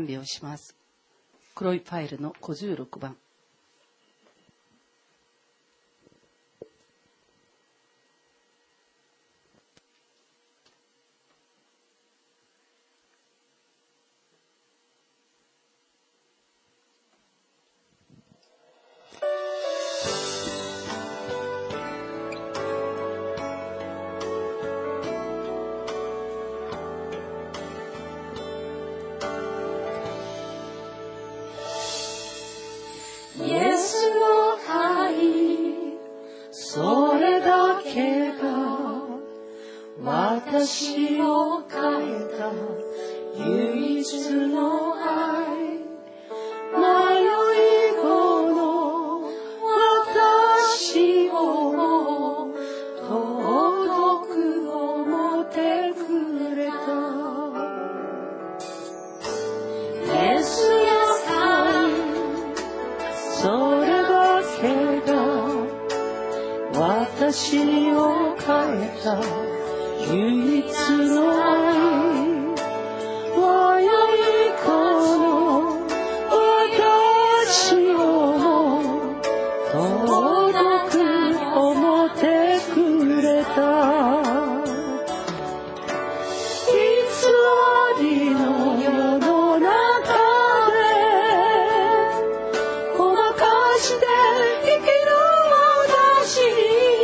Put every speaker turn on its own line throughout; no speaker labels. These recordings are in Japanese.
備をします。黒いファイルの56番。
私を変えた唯一の愛、迷い子の私を尊く思ってくれた。イエスよ愛、それだけが私を変えた唯一の愛、迷い子の私を尊く思ってくれた。偽りの世の中でごまかして生きる私に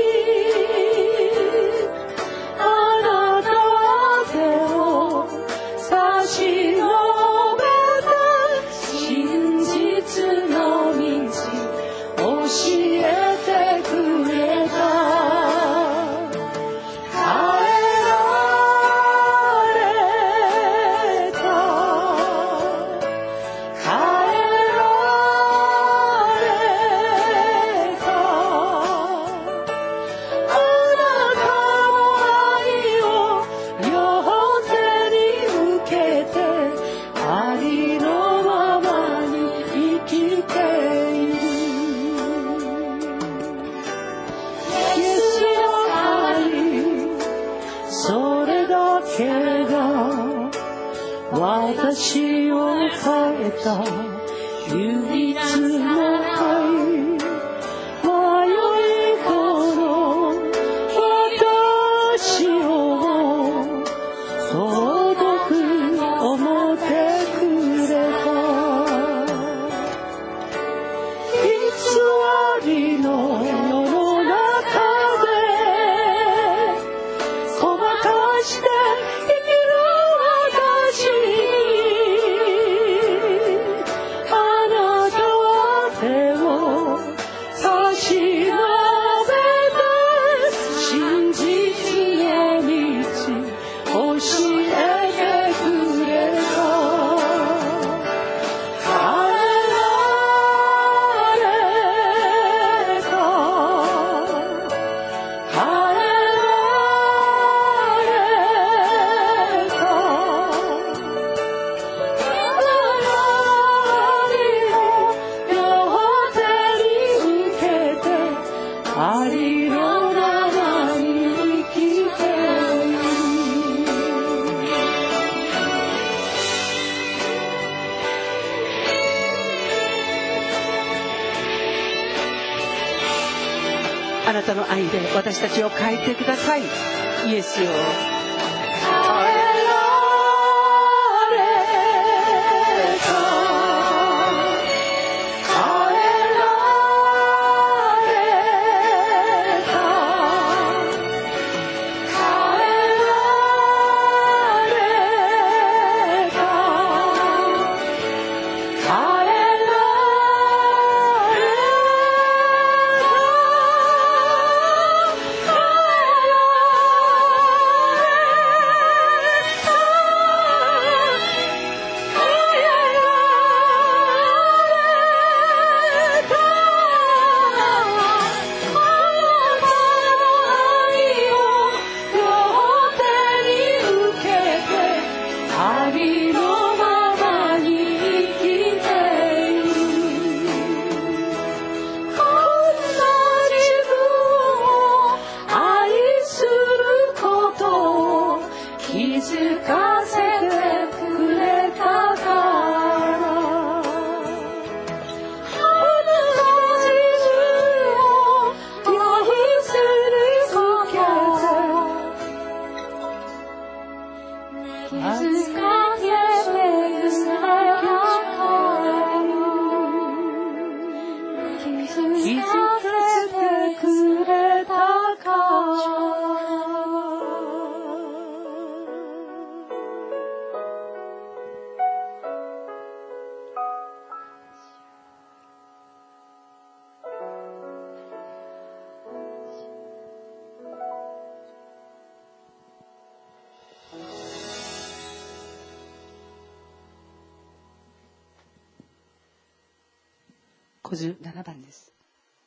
私を変えた唯一の愛、迷い子の私を尊く思ってくれた。偽りの世の中でごまかして生きるあなたの愛で私たちを変えてください。イエスよ。
57番です。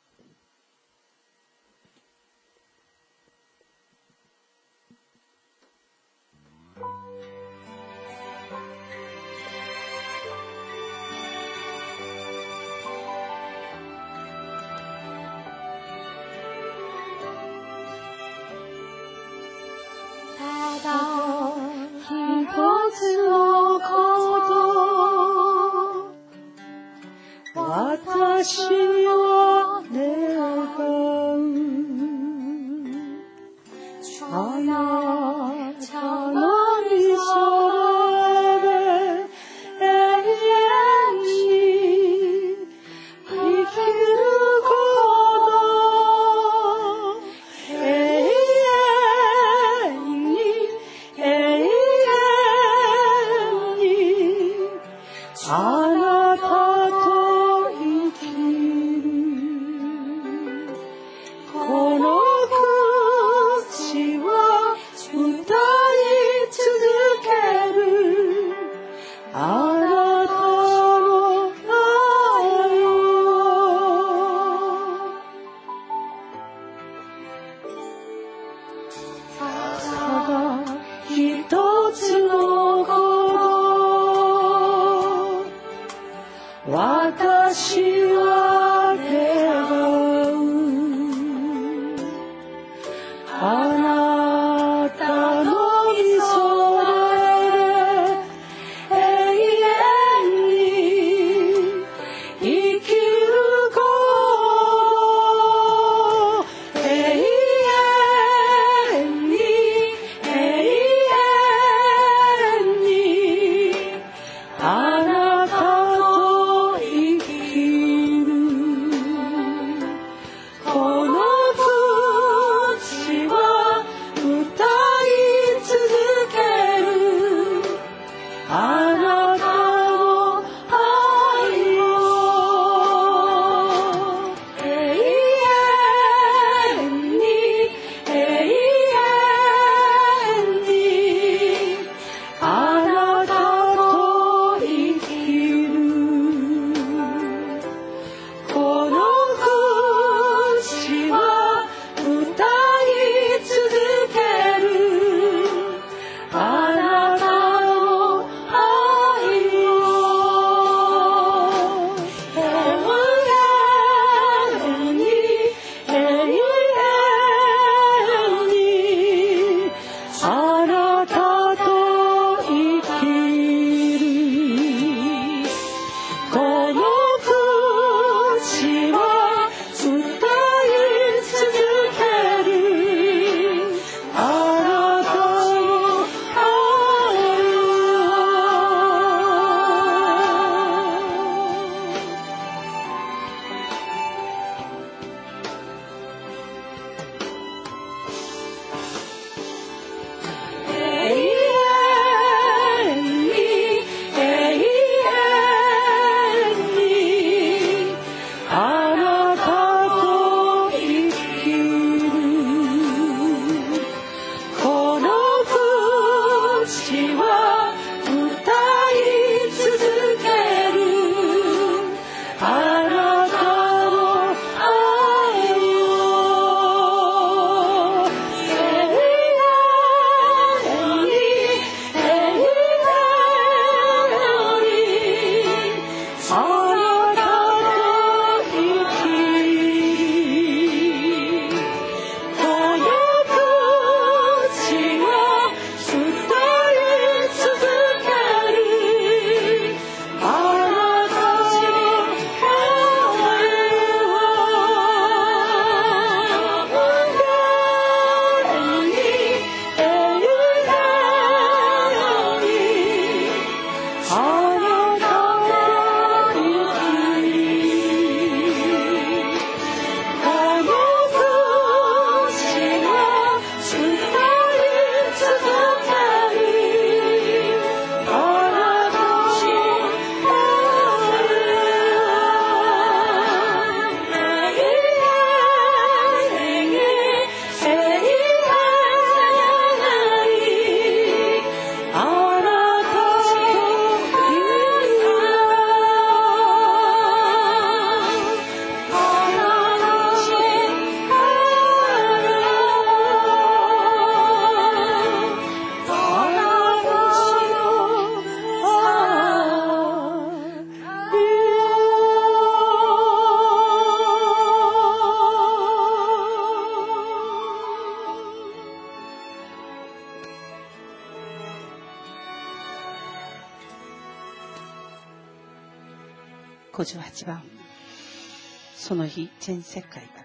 私は願うあなたの御空で永遠に生きること永遠に永遠にあなたと生きるこの口は歌い続けるあなたの愛をただ一つのこと私は願うあなたの御空で永遠に生きること永遠に永遠にあなたと生きる
58番。その日全世界が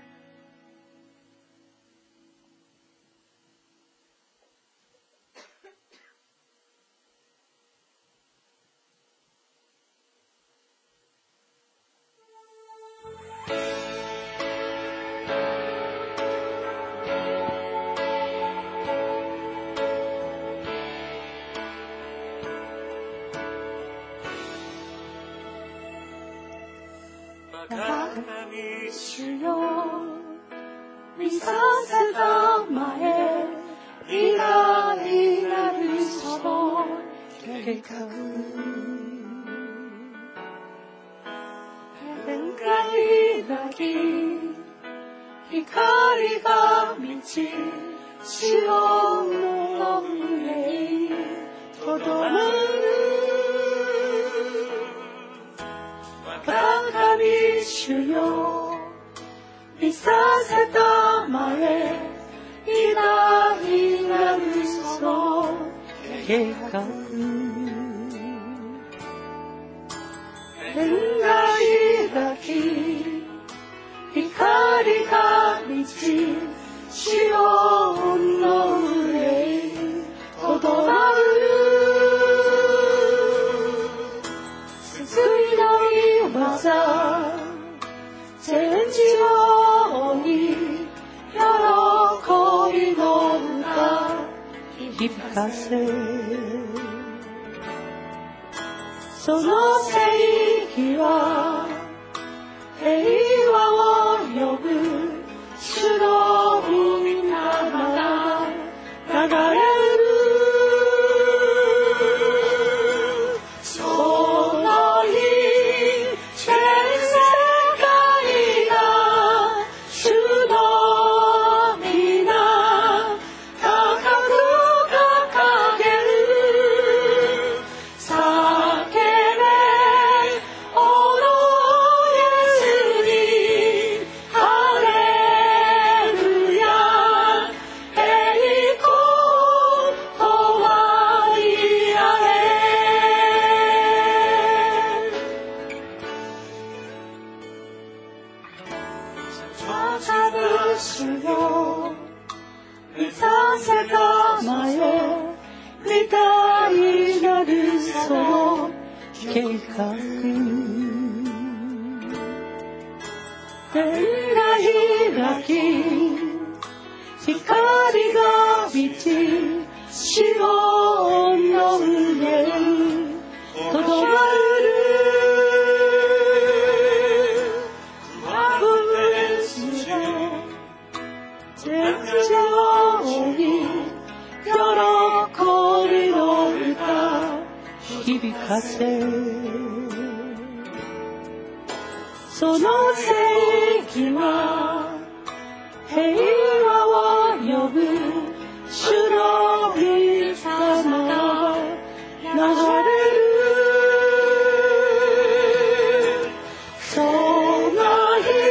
主よ見させたまえ偉大なるその計画天が開き光が満ちシオンの上にとどまる我が神主よ見させたまえ偉大なるその計画天が開き光が満ちシオンの上にとどまる救いの御業全地をに喜びの歌響かせその聖域は平和を呼ぶ主の御霊が流れるその日全世界が主の皆高く掲げる叫べおのイエスにハレルヤ栄光とは言われ主よ見させたまえ偉大なるその計画天が開き光が満ちシオンの上にとどまる全地に喜びの歌響かせその聖域は平和を呼ぶ主の御霊が流れるその日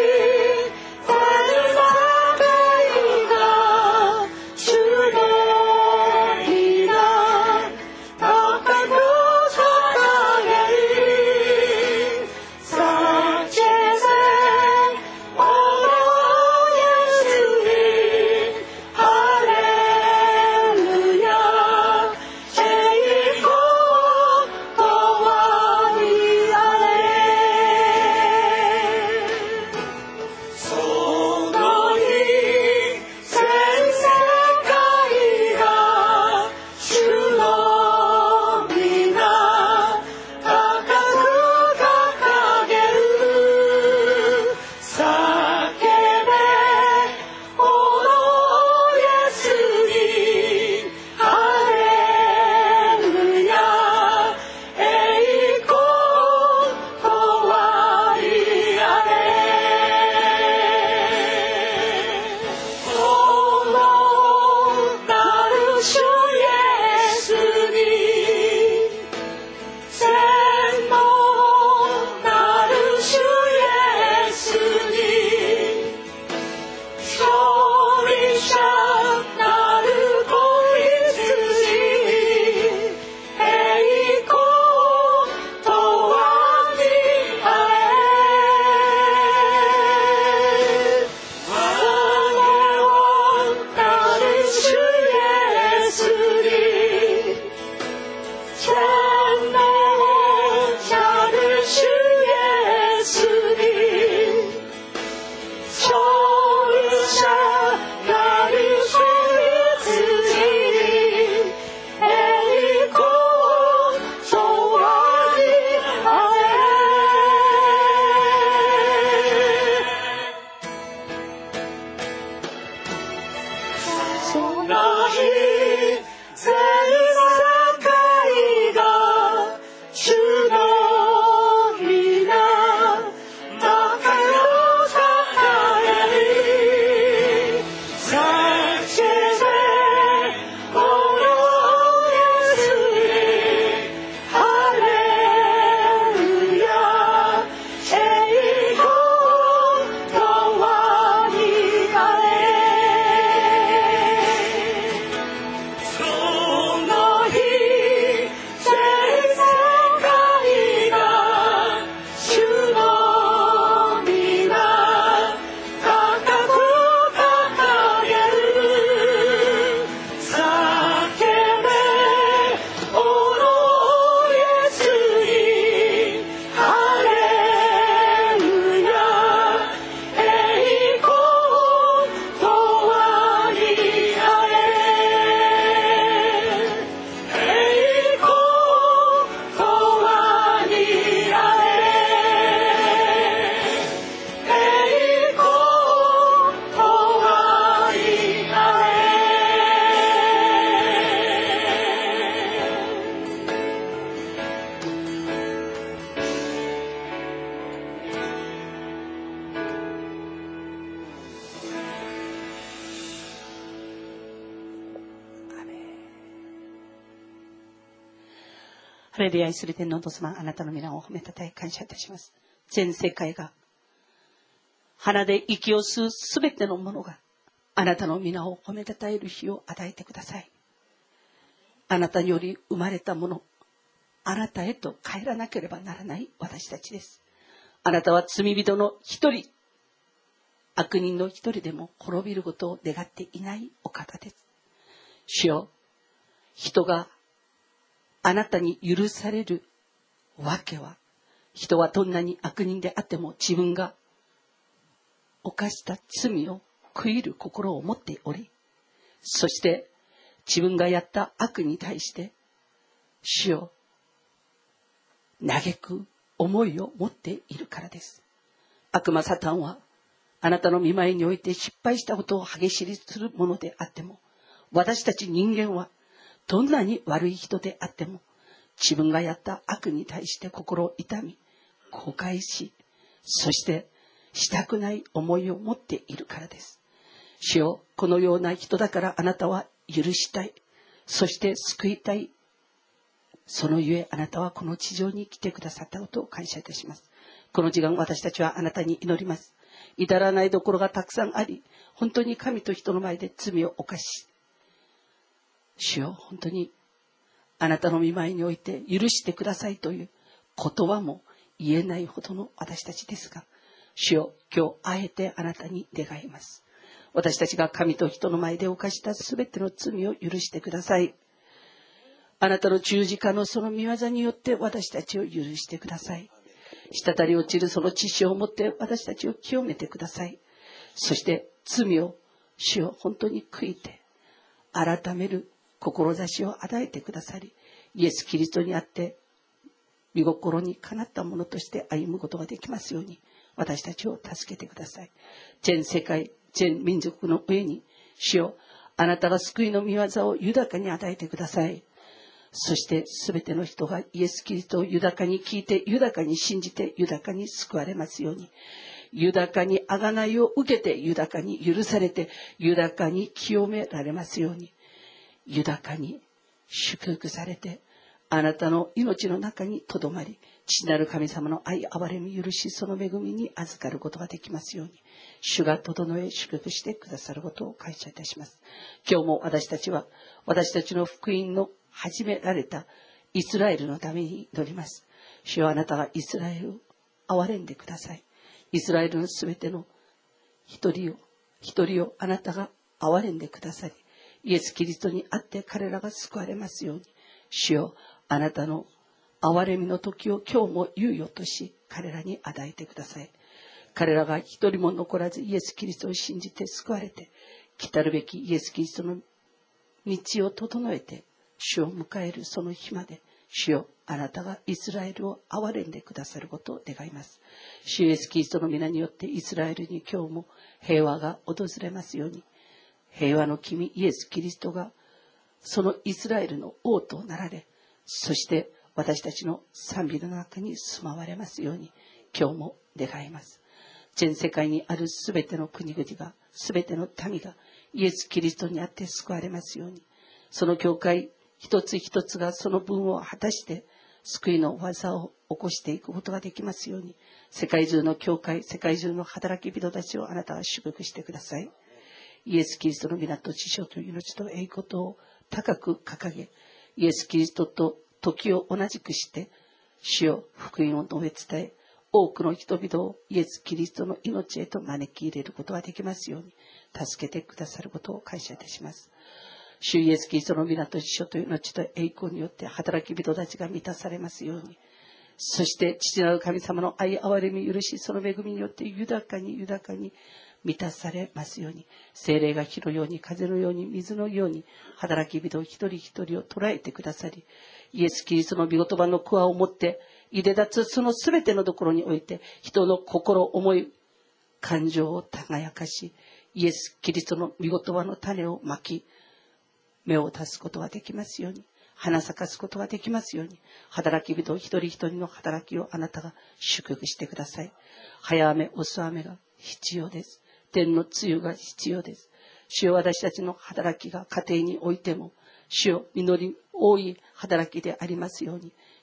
ハレルヤ、愛する天のお父様、あなたの皆を褒めたたえ感謝いたします。全世界が鼻で息を吸うすべてのものがあなたの皆を褒めたたえる日を与えてください。あなたにより生まれたもの、あなたへと帰らなければならない私たちです。あなたは罪人の一人、悪人の一人でも滅びることを願っていないお方です。主よ、人があなたに許されるわけは、人はどんなに悪人であっても自分が犯した罪を悔いる心を持っており、そして自分がやった悪に対して主よ、嘆く思いを持っているからです。悪魔サタンはあなたの御前において失敗したことを歯ぎしりするものであっても、私たち人間はどんなに悪い人であっても、自分がやった悪に対して心を痛み、後悔し、そしてしたくない思いを持っているからです。主よ、このような人だからあなたは許したい、そして救いたい。そのゆえあなたはこの地上に来てくださったことを感謝いたします。この時間、私たちはあなたに祈ります。至らないところがたくさんあり、本当に神と人の前で罪を犯し、主よ、本当にあなたの御前において許してくださいという言葉も言えないほどの私たちですが、主よ、今日あえてあなたに願います。私たちが神と人の前で犯したすべての罪を許してください。あなたの十字架のその御業によって私たちを許してください。滴り落ちるその血潮をもって私たちを清めてください。そして罪を主を本当に悔いて改める志を与えてくださり、イエス・キリストにあって御心にかなったものとして歩むことができますように、私たちを助けてください。全世界、全民族の上に主よ、あなたが救いの御業を豊かに与えてください。そしてすべての人がイエス・キリストを豊かに聞いて、豊かに信じて、豊かに救われますように、豊かに贖いを受けて、豊かに許されて、豊かに清められますように、豊かに祝福されて、あなたの命の中にとどまり、父なる神様の愛、憐れみ、許し、その恵みに預かることができますように、主が整え祝福してくださることを感謝いたします。今日も私たちは、私たちの福音の始められたイスラエルのために祈ります。主はあなたがイスラエルを憐れんでください。イスラエルのすべての一人をあなたが憐れんでくださり、イエス・キリストにあって彼らが救われますように、主よ、あなたの憐れみの時を今日も猶予とし、彼らに与えてください。彼らが一人も残らずイエス・キリストを信じて救われて、来たるべきイエス・キリストの道を整えて、主を迎えるその日まで、主よ、あなたがイスラエルを憐れんでくださることを願います。主イエス・キリストの皆によってイスラエルに今日も平和が訪れますように、平和の君イエス・キリストがそのイスラエルの王となられ、そして私たちの賛美の中に住まわれますように今日も願います。全世界にあるすべての国々が、すべての民がイエス・キリストにあって救われますように、その教会一つ一つがその分を果たして救いの技を起こしていくことができますように、世界中の教会、世界中の働き人たちをあなたは祝福してください。イエス・キリストの皆と知性と命と栄光を高く掲げ、イエス・キリストと時を同じくして、主よ、福音を述べ伝え、多くの人々をイエス・キリストの命へと招き入れることができますように、助けてくださることを感謝いたします。主イエス・キリストの皆と知性と命と栄光によって働き人たちが満たされますように、そして父なる神様の愛、憐れみ、許し、その恵みによって豊かに満たされますように、聖霊が火のように、風のように、水のように働き人一人一人を捉えてくださり、イエス・キリストの御言葉の桑を持って入れ立つそのすべてのところにおいて、人の心、思い、感情を輝かし、イエス・キリストの御言葉の種をまき、芽を出すことができますように、花咲かすことができますように、働き人一人一人の働きをあなたが祝福してください。早雨、遅雨が必要です。天の露雨が必要です。主よ、私たちの働きが家庭においても、主よ、実り多い働きでありますように、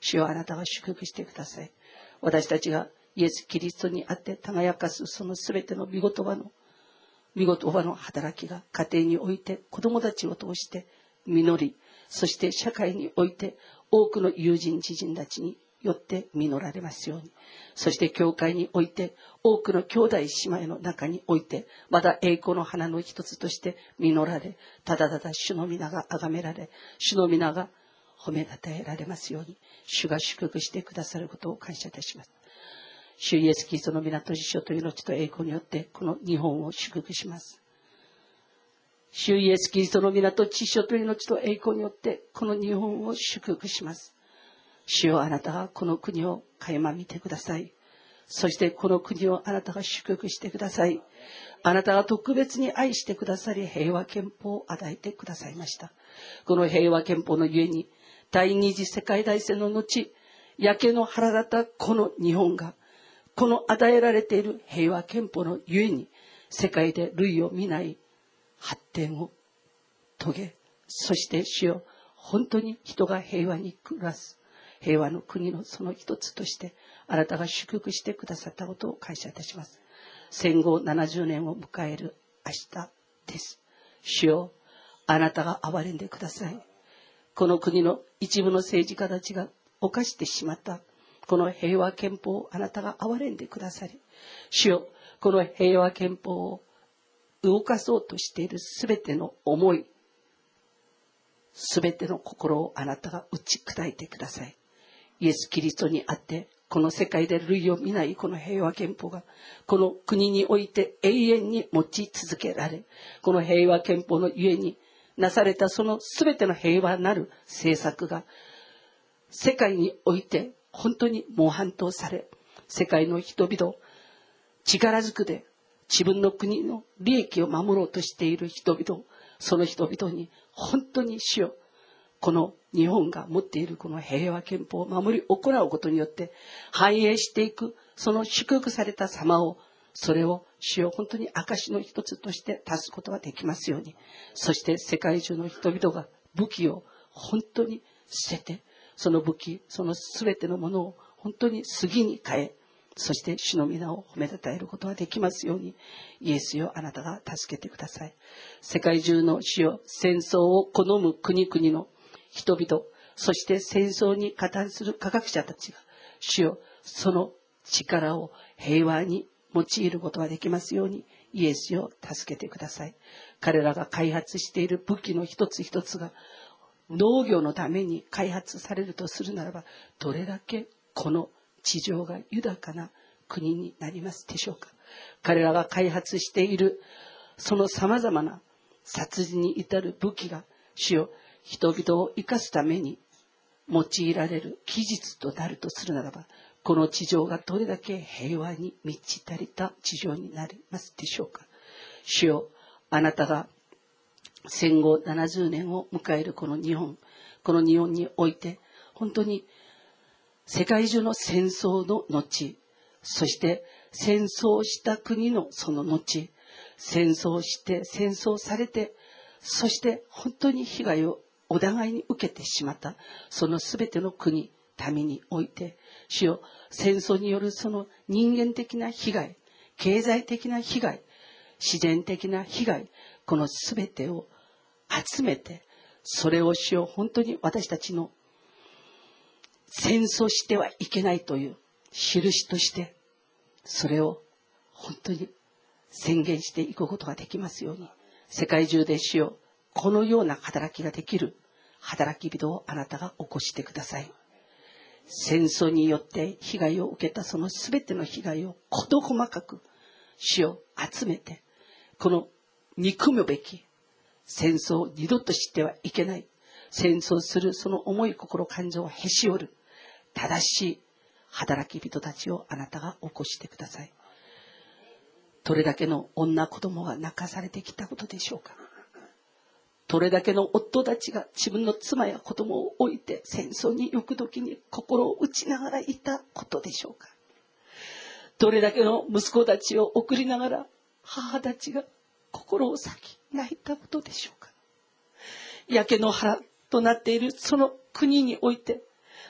主よ、あなたが祝福してください。私たちがイエス・キリストにあって輝かすそのすべての御言葉の働きが家庭において子供たちを通して実り、そして社会において多くの友人知人たちによって実られますように。そして教会において多くの兄弟姉妹の中においてまだ栄光の花の一つとして実られ、ただただ主の皆が崇められ、主の皆が褒めたたえられますように、主が祝福してくださることを感謝いたします。主イエスキリストの皆と実証と命と栄光によってこの日本を祝福します。主イエスキリストの皆と実証と命と栄光によってこの日本を祝福します。主よ、あなたがこの国を垣間見てください。そしてこの国をあなたが祝福してください。あなたが特別に愛してくださり、平和憲法を与えてくださいました。この平和憲法のゆえに、第二次世界大戦の後、焼け野原だったこの日本が、この与えられている平和憲法のゆえに、世界で類を見ない発展を遂げ、そして主よ、本当に人が平和に暮らす、平和の国のその一つとして、あなたが祝福してくださったことを感謝いたします。戦後70年を迎える明日です。主よ、あなたが憐れんでください。この国の一部の政治家たちが犯してしまったこの平和憲法をあなたが憐れんでくださり、主よ、この平和憲法を動かそうとしているすべての思い、すべての心をあなたが打ち砕いてください。イエス・キリストにあってこの世界で類を見ないこの平和憲法がこの国において永遠に持ち続けられ、この平和憲法のゆえになされたそのすべての平和なる政策が世界において本当に模範とされ、世界の人々、力ずくで自分の国の利益を守ろうとしている人々、その人々に本当に主よ、この日本が持っているこの平和憲法を守り行うことによって繁栄していくその祝福された様を、それを主よ、本当に証の一つとして足すことができますように。そして世界中の人々が武器を本当に捨てて、その武器、その全てのものを本当に杉に変え、そして主の皆を褒めたたえることができますように、イエスよ、あなたが助けてください。世界中の主よ、戦争を好む国々の人々、そして戦争に加担する科学者たちが、主よ、その力を平和に用いることができますように、イエスよ、助けてください。彼らが開発している武器の一つ一つが農業のために開発されるとするならば、どれだけこの地上が豊かな国になりますでしょうか。彼らが開発しているその様々な殺人に至る武器が、主よ、人々を生かすために用いられる技術となるとするならば、この地上がどれだけ平和に満ち足りた地上になりますでしょうか。主よ、あなたが戦後70年を迎えるこの日本において、本当に世界中の戦争の後、そして戦争した国のその後、戦争して戦争されて、そして本当に被害をお互いに受けてしまったそのすべての国民において、主よ、戦争によるその人間的な被害、経済的な被害、自然的な被害、このすべてを集めて、それを主よ、本当に私たちの戦争してはいけないという印として、それを本当に宣言していくことができますように、世界中で主よ、このような働きができる働き人をあなたが起こしてください。戦争によって被害を受けたそのすべての被害を事細かく主を集めて、この憎むべき戦争を二度としてはいけない、戦争するその重い心感情をへし折る正しい働き人たちをあなたが起こしてください。どれだけの女子供が泣かされてきたことでしょうか。どれだけの夫たちが自分の妻や子供を置いて戦争に行く時に心を打ちながらいたことでしょうか。どれだけの息子たちを送りながら母たちが心を裂き泣いたことでしょうか。焼け野原となっているその国において、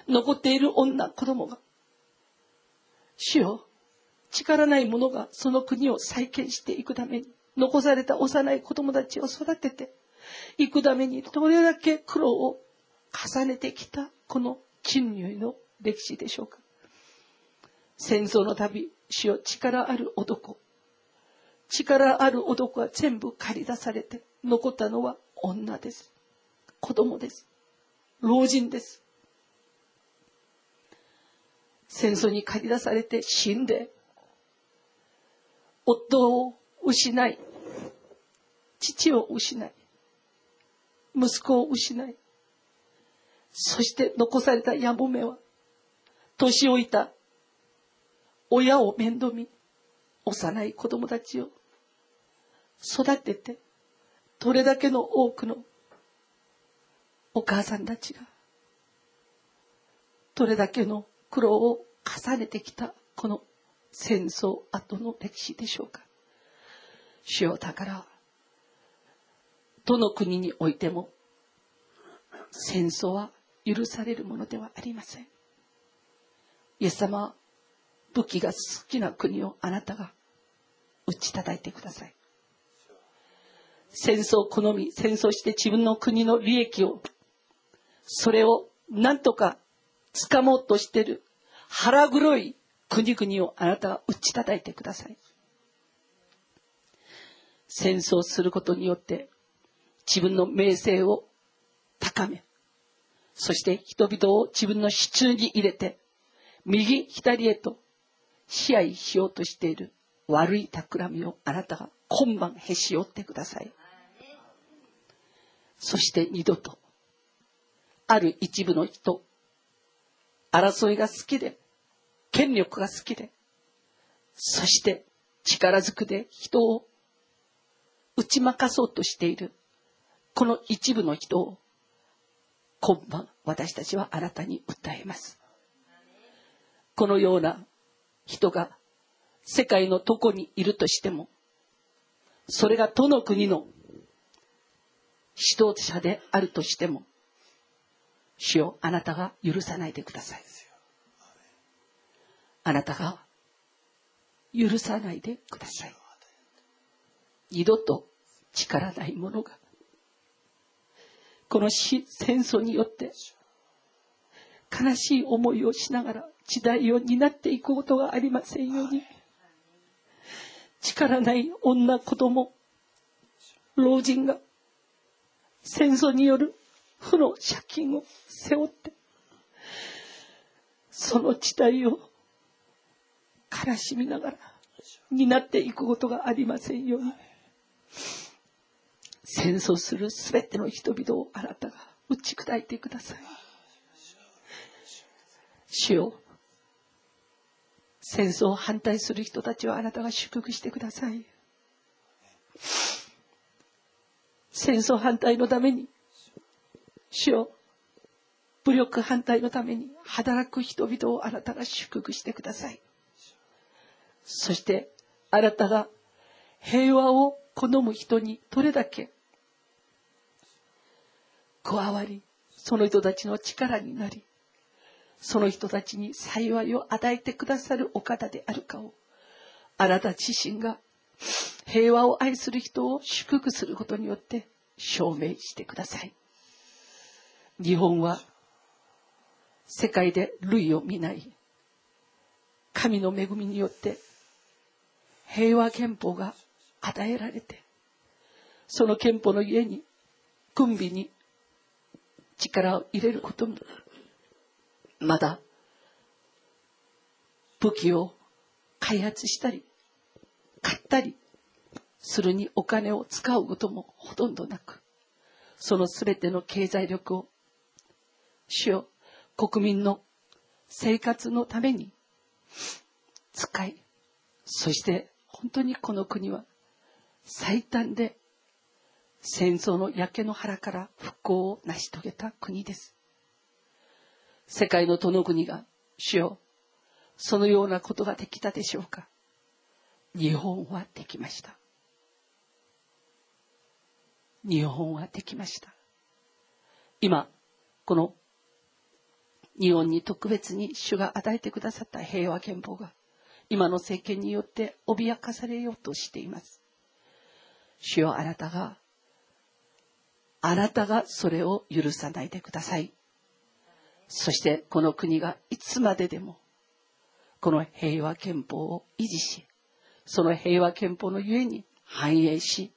残っている女子供が、主よ、力ない者がその国を再建していくために、残された幼い子供たちを育てていくために、どれだけ苦労を重ねてきたこの人類の歴史でしょうか。戦争の度、主よ、力ある男は全部駆り出されて、残ったのは女です。子供です。老人です。戦争に駆り出されて死んで、夫を失い、父を失い、息子を失い、そして残されたやもめは、年老いた親を面倒見、幼い子供たちを育てて、どれだけの多くのお母さんたちが、どれだけの苦労を重ねてきたこの戦争後の歴史でしょうか。主よ、だからどの国においても戦争は許されるものではありません。イエス様は武器が好きな国をあなたが打ち叩いてください。戦争を好み、戦争して自分の国の利益を、それを何とか掴もうとしている腹黒い国々をあなたが打ち叩いてください。戦争することによって自分の名声を高め、そして人々を自分の手中に入れて右左へと支配しようとしている悪い企みをあなたが今晩へし折ってください。そして二度とある一部の人、争いが好きで、権力が好きで、そして力ずくで人を打ち負かそうとしているこの一部の人を今晩私たちはあなたに訴えます。このような人が世界のどこにいるとしても、それがどの国の指導者であるとしても、主よ、あなたが許さないでください。あなたが許さないでください。二度と力ない者がこの戦争によって悲しい思いをしながら時代を担っていくことがありませんように。力ない女、子供、老人が戦争による負の借金を背負って、その時代を悲しみながら担っていくことがありませんように。戦争するすべての人々をあなたが打ち砕いてください。主よ、戦争を反対する人たちをあなたが祝福してください。戦争反対のために、主よ、武力反対のために働く人々をあなたが祝福してください。そしてあなたが平和を好む人にどれだけ加わり、その人たちの力になり、その人たちに幸いを与えてくださるお方であるかを、あなた自身が平和を愛する人を祝福することによって証明してください。日本は世界で類を見ない神の恵みによって平和憲法が与えられて、その憲法の家に軍備に力を入れることも、まだ武器を開発したり買ったりするにお金を使うこともほとんどなく、そのすべての経済力を主よ、国民の生活のために使い、そして本当にこの国は最短で戦争の焼け野原から復興を成し遂げた国です。世界のどの国が主よ、そのようなことができたでしょうか。日本はできました。日本はできました。今この日本に特別に主が与えてくださった平和憲法が今の政権によって脅かされようとしています。主よ、あなたがそれを許さないでください。そしてこの国がいつまででもこの平和憲法を維持し、その平和憲法のゆえに繁栄し、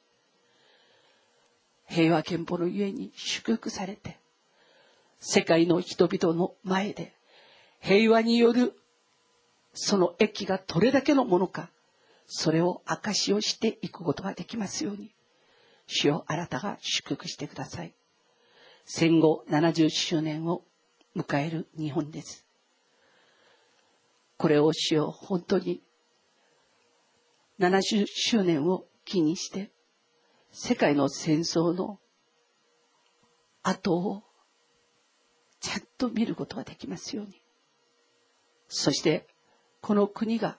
平和憲法のゆえに祝福されて、世界の人々の前で平和によるその益がどれだけのものか、それを証しをしていくことができますように、主よ、あなたが祝福してください。戦後70周年を迎える日本です。これを主よ、本当に70周年を機にして世界の戦争の後をちゃんと見ることができますように、そしてこの国が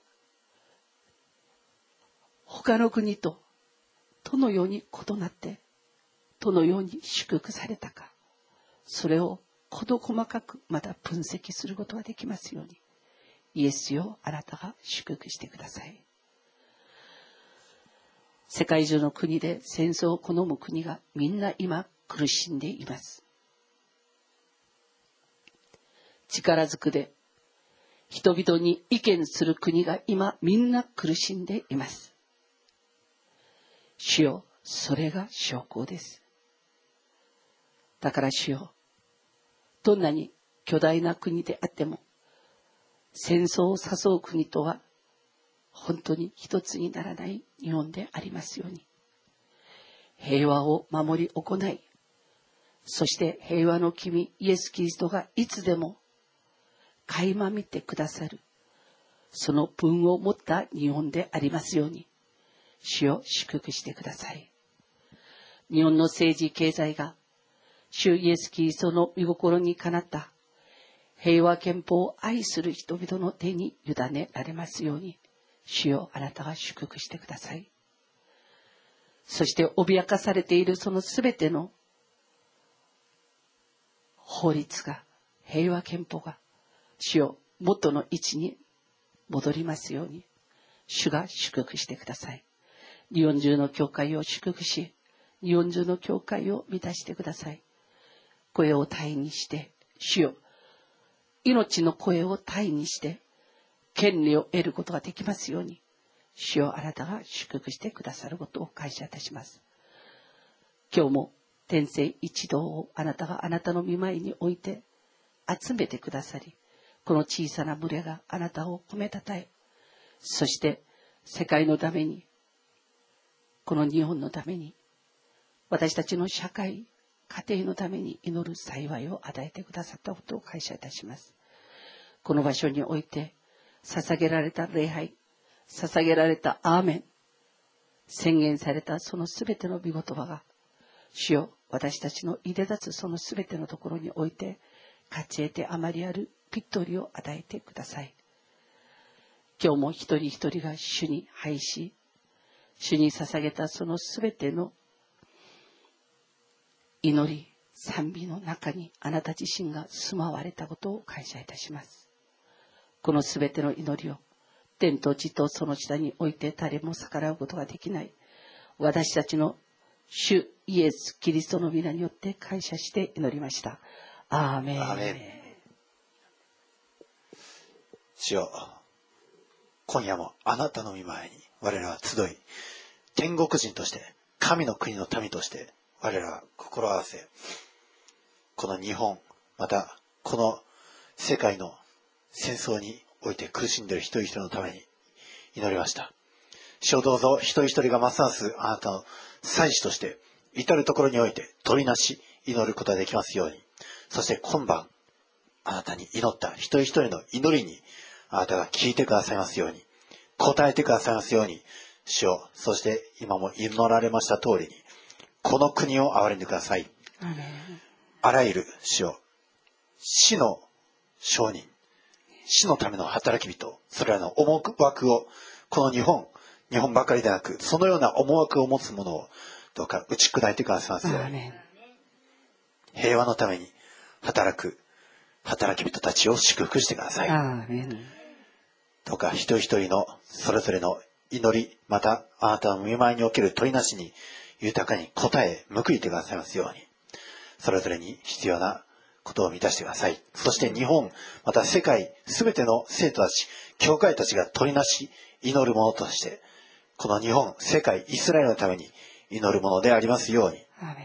他の国とどのように異なってどのように祝福されたか、それを事細かくまた分析することができますように、イエスよ、あなたが祝福してください。世界中の国で戦争を好む国がみんな今苦しんでいます。力ずくで人々に意見する国が今みんな苦しんでいます。主よ、それが証拠です。だから主よ、どんなに巨大な国であっても戦争を誘う国とは本当に一つにならない日本でありますように、平和を守り行い、そして平和の君イエス・キリストがいつでも垣間見てくださるその分を持った日本でありますように、主を祝福してください。日本の政治経済が主イエス・キリストの御心にかなった平和憲法を愛する人々の手に委ねられますように、主よ、あなたが祝福してください。そして脅かされているそのすべての法律が、平和憲法が、主よ、元の位置に戻りますように、主が祝福してください。日本中の教会を祝福し、日本中の教会を満たしてください。声を大にして、主よ、命の声を大にして、権利を得ることができますように、主よ、あなたが祝福してくださることを感謝いたします。今日も天聖一同をあなたがあなたの御前に置いて集めてくださり、この小さな群れがあなたを褒めたたえ、そして世界のために、この日本のために、私たちの社会、家庭のために祈る幸いを与えてくださったことを感謝いたします。この場所において捧げられた礼拝、捧げられたアーメン、宣言されたそのすべての御言葉が、主よ、私たちのいで立つそのすべてのところにおいて勝ち得てあまりあるピットリを与えてください。今日も一人一人が主に拝し、主に捧げたそのすべての祈り、賛美の中にあなた自身が住まわれたことを感謝いたします。このすべての祈りを天と地とその下において誰も逆らうことができない私たちの主イエス・キリストの皆によって感謝して祈りました。アーメン。
アーメン。主よ、今夜もあなたの御前に我らは集い、天国人として神の国の民として我らは心合わせ、この日本、またこの世界の戦争において苦しんでいる一人一人のために祈りました。主よ、どうぞ一人一人がますますあなたの祭司として至るところにおいて取りなし祈ることができますように、そして今晩あなたに祈った一人一人の祈りにあなたが聞いてくださいますように、答えてくださいますように、主よ、そして今も祈られました通りにこの国を憐れんでください。あらゆる主よ、死の証人、死のための働き人、それらの思惑をこの日本ばかりでなく、そのような思惑を持つ者をどうか打ち砕いてくださいますように、平和のために働く働き人たちを祝福してください。
アーメン。
どうか一人一人のそれぞれの祈り、またあなたの御前における取りなしに豊かに応え報いてくださいますように、それぞれに必要なことを満たしてください。そして日本、また世界すべての生徒たち、教会たちが取りなし祈るものとして、この日本、世界、イスラエルのために祈るものでありますように、
アーメン。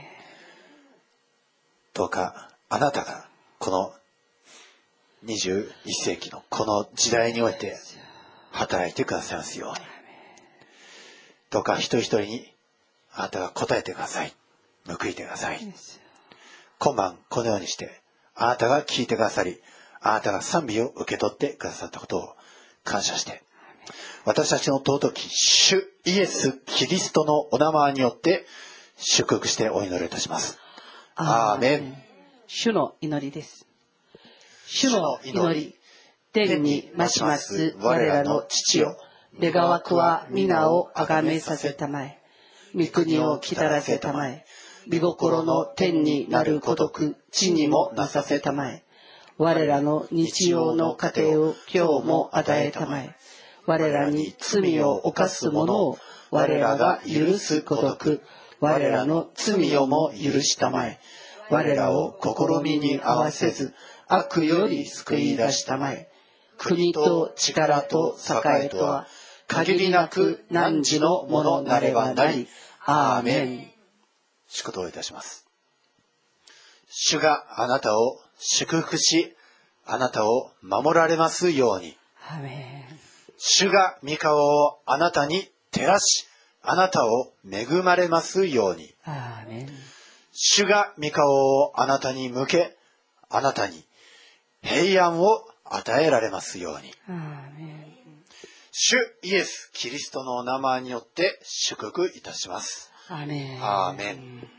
どうかあなたがこの21世紀のこの時代において働いてくださいますように、どうか一人一人にあなたが答えてください。報いてください。今晩このようにしてあなたが聞いてくださり、あなたが賛美を受け取ってくださったことを感謝して、私たちの尊き主イエス・キリストのお名前によって祝福してお祈りいたします。アーメン。
主の祈りです。主の祈り。天に増します我らの父よ、願わくは皆をあがめさせたまえ。御国を来たらせたまえ。御心の天になるごとく地にもなさせたまえ。我らの日曜の糧を今日も与えたまえ。我らに罪を犯す者を我らが許すごとく我らの罪をも許したまえ。我らを試みに合わせず悪より救い出したまえ。国と力と栄とは限りなく汝のものなればなり。アーメン。
祝祷いたします。主があなたを祝福し、あなたを守られますように。
アーメン。
主が御顔をあなたに照らし、あなたを恵まれますように。
アーメン。
主が御顔をあなたに向け、あなたに平安を与えられますように。
アーメン。
主イエス・キリストのお名前によって祝福いたします。
アーメン。
アーメン。